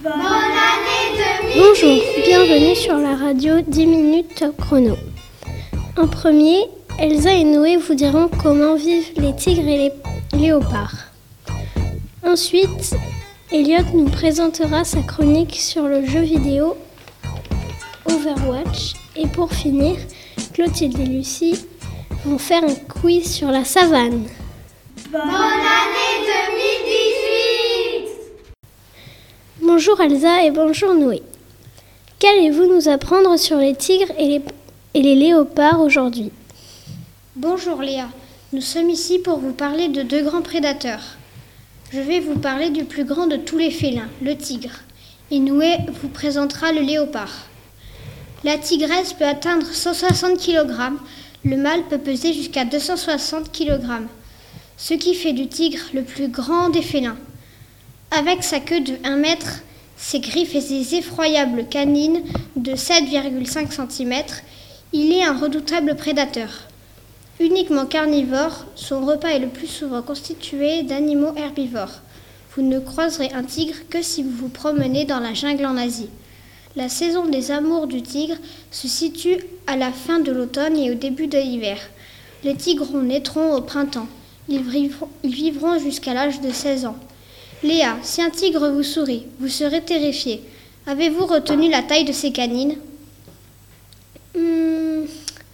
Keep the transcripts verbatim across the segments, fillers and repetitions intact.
Bonne année deux mille dix-huit. Bonjour, bienvenue sur la radio dix minutes top chrono. En premier, Elsa et Noé vous diront comment vivent les tigres et les léopards. Ensuite, Elliot nous présentera sa chronique sur le jeu vidéo Overwatch. Et pour finir, Clotilde et Lucie vont faire un quiz sur la savane. Bonne année deux mille dix-huit. Bonjour Elsa et bonjour Noé. Qu'allez-vous nous apprendre sur les tigres et les, et les léopards aujourd'hui ? Bonjour Léa, nous sommes ici pour vous parler de deux grands prédateurs. Je vais vous parler du plus grand de tous les félins, le tigre, et Noé vous présentera le léopard. La tigresse peut atteindre cent soixante kilogrammes, le mâle peut peser jusqu'à deux cent soixante kilogrammes, ce qui fait du tigre le plus grand des félins. Avec sa queue de un mètre, ses griffes et ses effroyables canines de sept virgule cinq centimètres, il est un redoutable prédateur. Uniquement carnivore, son repas est le plus souvent constitué d'animaux herbivores. Vous ne croiserez un tigre que si vous vous promenez dans la jungle en Asie. La saison des amours du tigre se situe à la fin de l'automne et au début de l'hiver. Les tigres naîtront au printemps. Ils vivront, ils vivront jusqu'à l'âge de seize ans. Léa, si un tigre vous sourit, vous serez terrifiée. Avez-vous retenu la taille de ses canines ? Hum,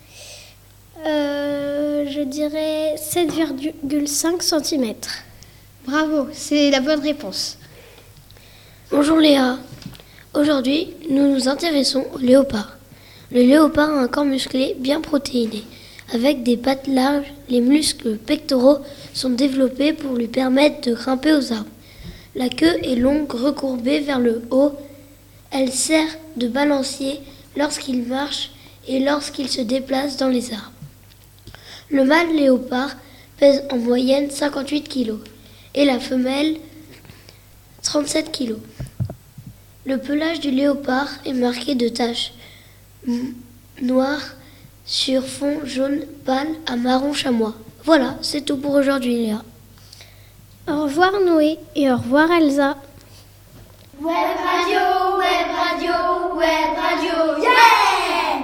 euh, je dirais sept virgule cinq centimètres. Bravo, c'est la bonne réponse. Bonjour Léa. Aujourd'hui, nous nous intéressons au léopard. Le léopard a un corps musclé bien protéiné. Avec des pattes larges, les muscles pectoraux sont développés pour lui permettre de grimper aux arbres. La queue est longue, recourbée vers le haut. Elle sert de balancier lorsqu'il marche et lorsqu'il se déplace dans les arbres. Le mâle léopard pèse en moyenne cinquante-huit kilos et la femelle trente-sept kilos. Le pelage du léopard est marqué de taches noires sur fond jaune pâle à marron chamois. Voilà, c'est tout pour aujourd'hui, Léa. Au revoir Noé et au revoir Elsa. Web radio, web radio, web radio, yeah!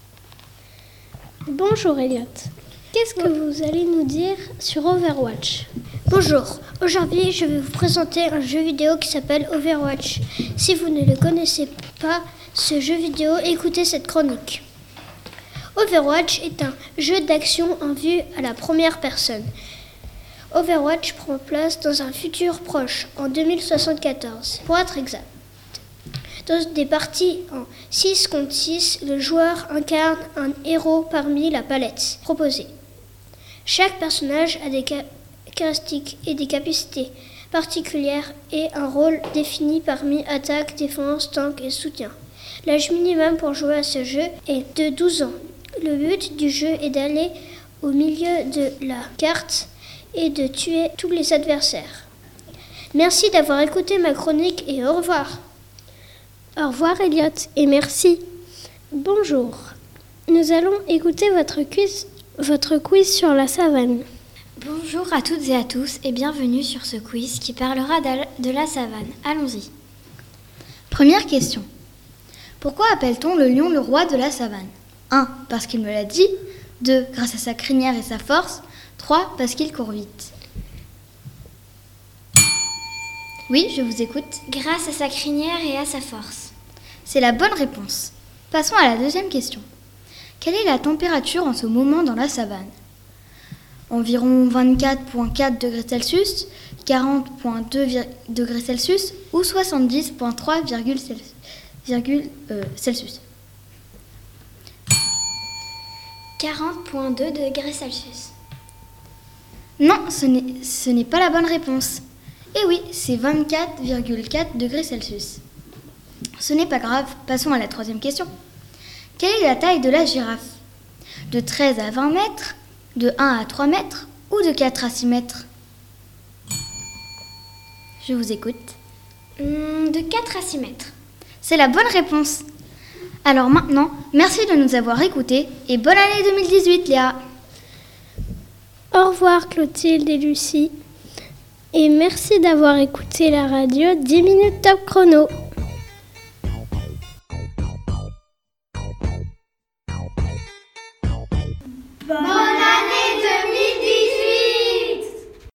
Bonjour Elliot. Qu'est-ce que vous allez nous dire sur Overwatch ? Bonjour, aujourd'hui je vais vous présenter un jeu vidéo qui s'appelle Overwatch. Si vous ne le connaissez pas, ce jeu vidéo, écoutez cette chronique. Overwatch est un jeu d'action en vue à la première personne. Overwatch prend place dans un futur proche, en deux mille soixante-quatorze, pour être exact. Dans des parties en six contre six, le joueur incarne un héros parmi la palette proposée. Chaque personnage a des caractéristiques et des capacités particulières et un rôle défini parmi attaque, défense, tank et soutien. L'âge minimum pour jouer à ce jeu est de douze ans. Le but du jeu est d'aller au milieu de la carte et de tuer tous les adversaires. Merci d'avoir écouté ma chronique et au revoir. Au revoir Elliot et merci. Bonjour. Nous allons écouter votre quiz, votre quiz sur la savane. Bonjour à toutes et à tous et bienvenue sur ce quiz qui parlera de la savane. Allons-y. Première question. Pourquoi appelle-t-on le lion le roi de la savane ? un. Parce qu'il me l'a dit. deux. Grâce à sa crinière et sa force. trois. Parce qu'il court vite. Oui, je vous écoute. Grâce à sa crinière et à sa force. C'est la bonne réponse. Passons à la deuxième question. Quelle est la température en ce moment dans la savane ? Environ vingt-quatre virgule quatre degrés Celsius, quarante virgule deux degrés Celsius ou soixante-dix virgule trois Celsius. quarante virgule deux degrés Celsius. Non, ce n'est, ce n'est pas la bonne réponse. Eh oui, c'est vingt-quatre virgule quatre degrés Celsius. Ce n'est pas grave, passons à la troisième question. Quelle est la taille de la girafe ? De treize à vingt mètres ? De un à trois mètres ou de quatre à six mètres ? Je vous écoute. Hum, de quatre à six mètres. C'est la bonne réponse. Alors maintenant, merci de nous avoir écoutés et bonne année deux mille dix-huit, Léa. Au revoir Clotilde et Lucie. Et merci d'avoir écouté la radio dix minutes top chrono. Bonne